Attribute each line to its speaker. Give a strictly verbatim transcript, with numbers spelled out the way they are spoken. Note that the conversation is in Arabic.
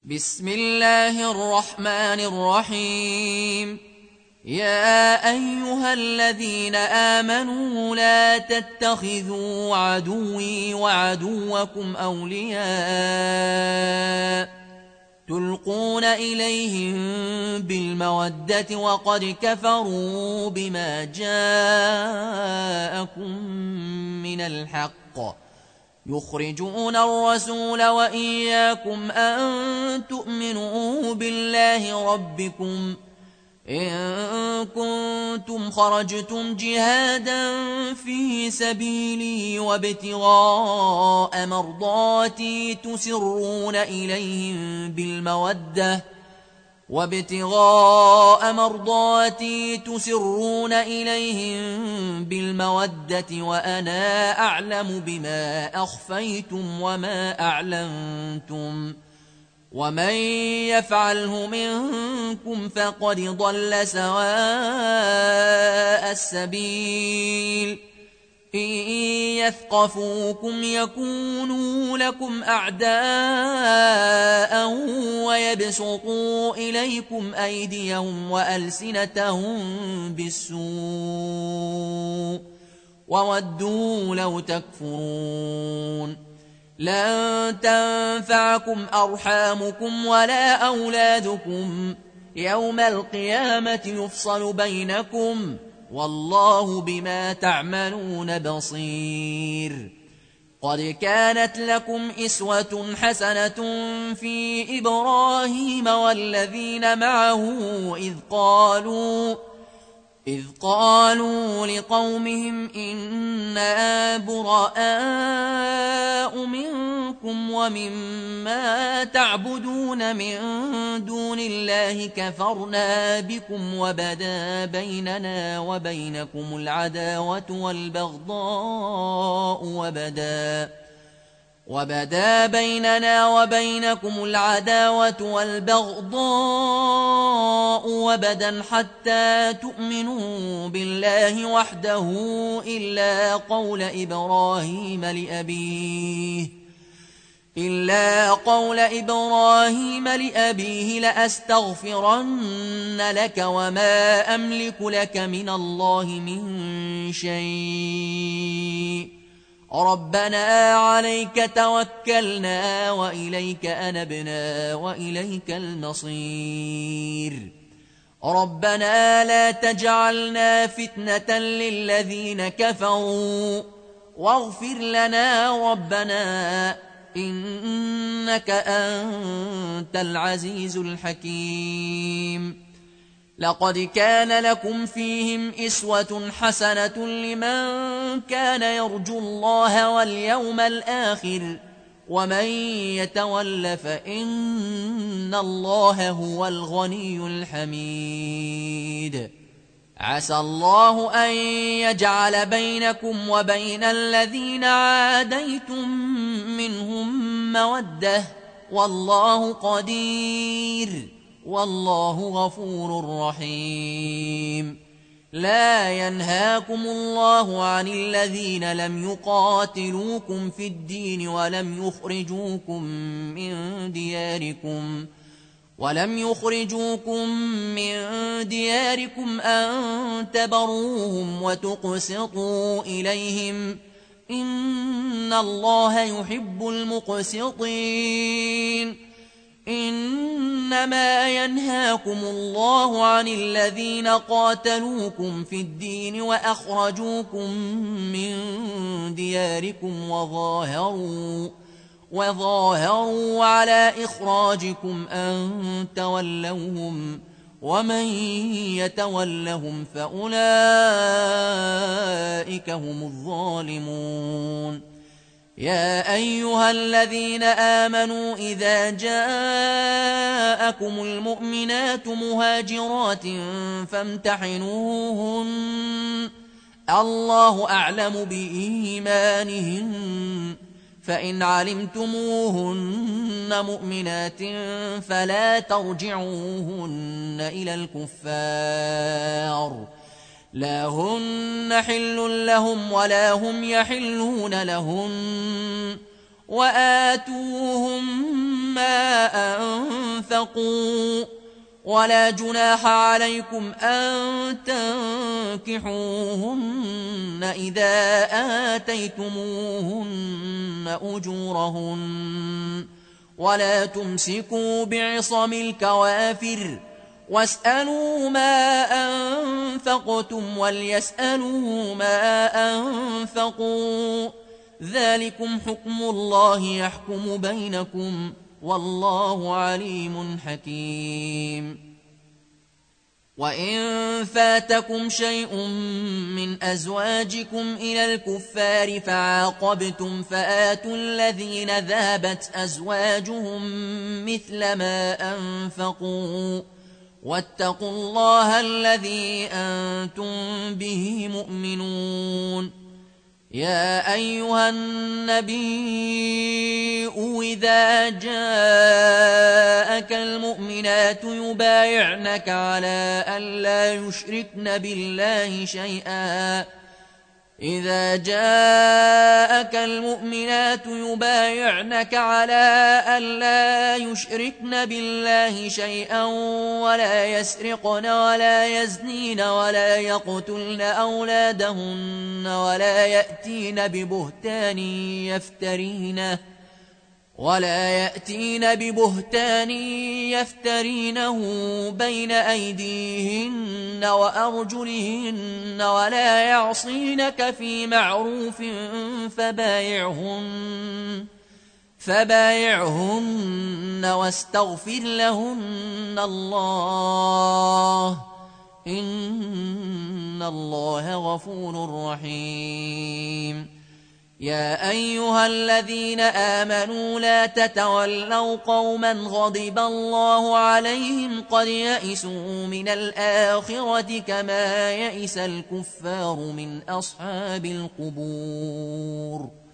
Speaker 1: بسم الله الرحمن الرحيم. يا أيها الذين آمنوا لا تتخذوا عدوي وعدوكم أولياء تلقون إليهم بالمودة وقد كفروا بما جاءكم من الحق يخرجون الرسول وإياكم أن تؤمنوا بالله ربكم إن كنتم خرجتم جهادا في سبيلي وابتغاء مرضاتي تسرون إليهم بالمودة وابتغاء مرضاتي تسرون إليهم بالمودة وأنا أعلم بما أخفيتم وما أعلنتم ومن يفعله منكم فقد ضل سواء السبيل. إن يثقفوكم يكونوا لكم أعداء ويبسطوا إليكم أيديهم وألسنتهم بالسوء وودوا لو تكفرون. لن تنفعكم أرحامكم ولا أولادكم يوم القيامة يفصل بينكم والله بما تعملون بصير. قد كانت لكم إسوة حسنة في إبراهيم والذين معه إذ قالوا إذ قالوا لقومهم إنا براء منكم ومما تعبدون من دون الله كفرنا بكم وبدا بيننا وبينكم العداوة والبغضاء وبدا وبدا بيننا وبينكم العداوة والبغضاء وبدا حتى تؤمنوا بالله وحده إلا قول إبراهيم لأبيه إلا قول إبراهيم لأبيه لأستغفرن لك وما أملك لك من الله من شيء ربنا عليك توكلنا وإليك أنبنا وإليك المصير. ربنا لا تجعلنا فتنة للذين كفروا واغفر لنا ربنا إنك أنت العزيز الحكيم. لقد كان لكم فيهم إسوة حسنة لمن كان يرجو الله واليوم الآخر ومن يتول فإن الله هو الغني الحميد. عسى الله أن يجعل بينكم وبين الذين عاديتم منهم مودة والله قدير والله غفور رحيم. لا ينهاكم الله عن الذين لم يقاتلوكم في الدين ولم يخرجوكم من دياركم ولم يخرجوكم من دياركم أن تبروهم وتقسطوا إليهم إن الله يحب المقسطين. إنما ينهاكم الله عن الذين قاتلوكم في الدين وأخرجوكم من دياركم وظاهروا وظاهروا على إخراجكم أن تولوهم ومن يتولهم فأولئك هم الظالمون. يا أيها الذين آمنوا إذا جاءكم المؤمنات مهاجرات فامتحنوهن الله أعلم بإيمانهن فإن علمتموهن مؤمنات فلا ترجعوهن إلى الكفار لا هن حل لهم ولا هم يحلون لهم وآتوهم ما أنفقوا ولا جناح عليكم أن تنكحوهن إذا آتيتموهن أجورهن ولا تمسكوا بعصم الكوافر واسألوا ما أنفقتم وليسألوا ما أنفقوا ذلكم حكم الله يحكم بينكم والله عليم حكيم. وإن فاتكم شيء من أزواجكم إلى الكفار فعاقبتم فآتوا الذين ذهبت أزواجهم مثل ما أنفقوا واتقوا الله الذي أنتم به مؤمنون. يا أيها النبي إذا جاءك المؤمنات يبايعنك على أن لا يشركن بالله شيئا إذا جاءك المؤمنات يبايعنك على أن لا يشركن بالله شيئا ولا يسرقن ولا يزنين ولا يقتلن أولادهن ولا يأتين ببهتان يفترينه ولا يأتين ببهتان يفترينه بين أيديهن وأرجلهن ولا يعصينك في معروف فبايعهن فبايعهن واستغفر لهن الله إن الله غفور رحيم. يا أيها الذين آمنوا لا تتولوا قوما غضب الله عليهم قد يئسوا من الآخرة كما يئس الكفار من أصحاب القبور.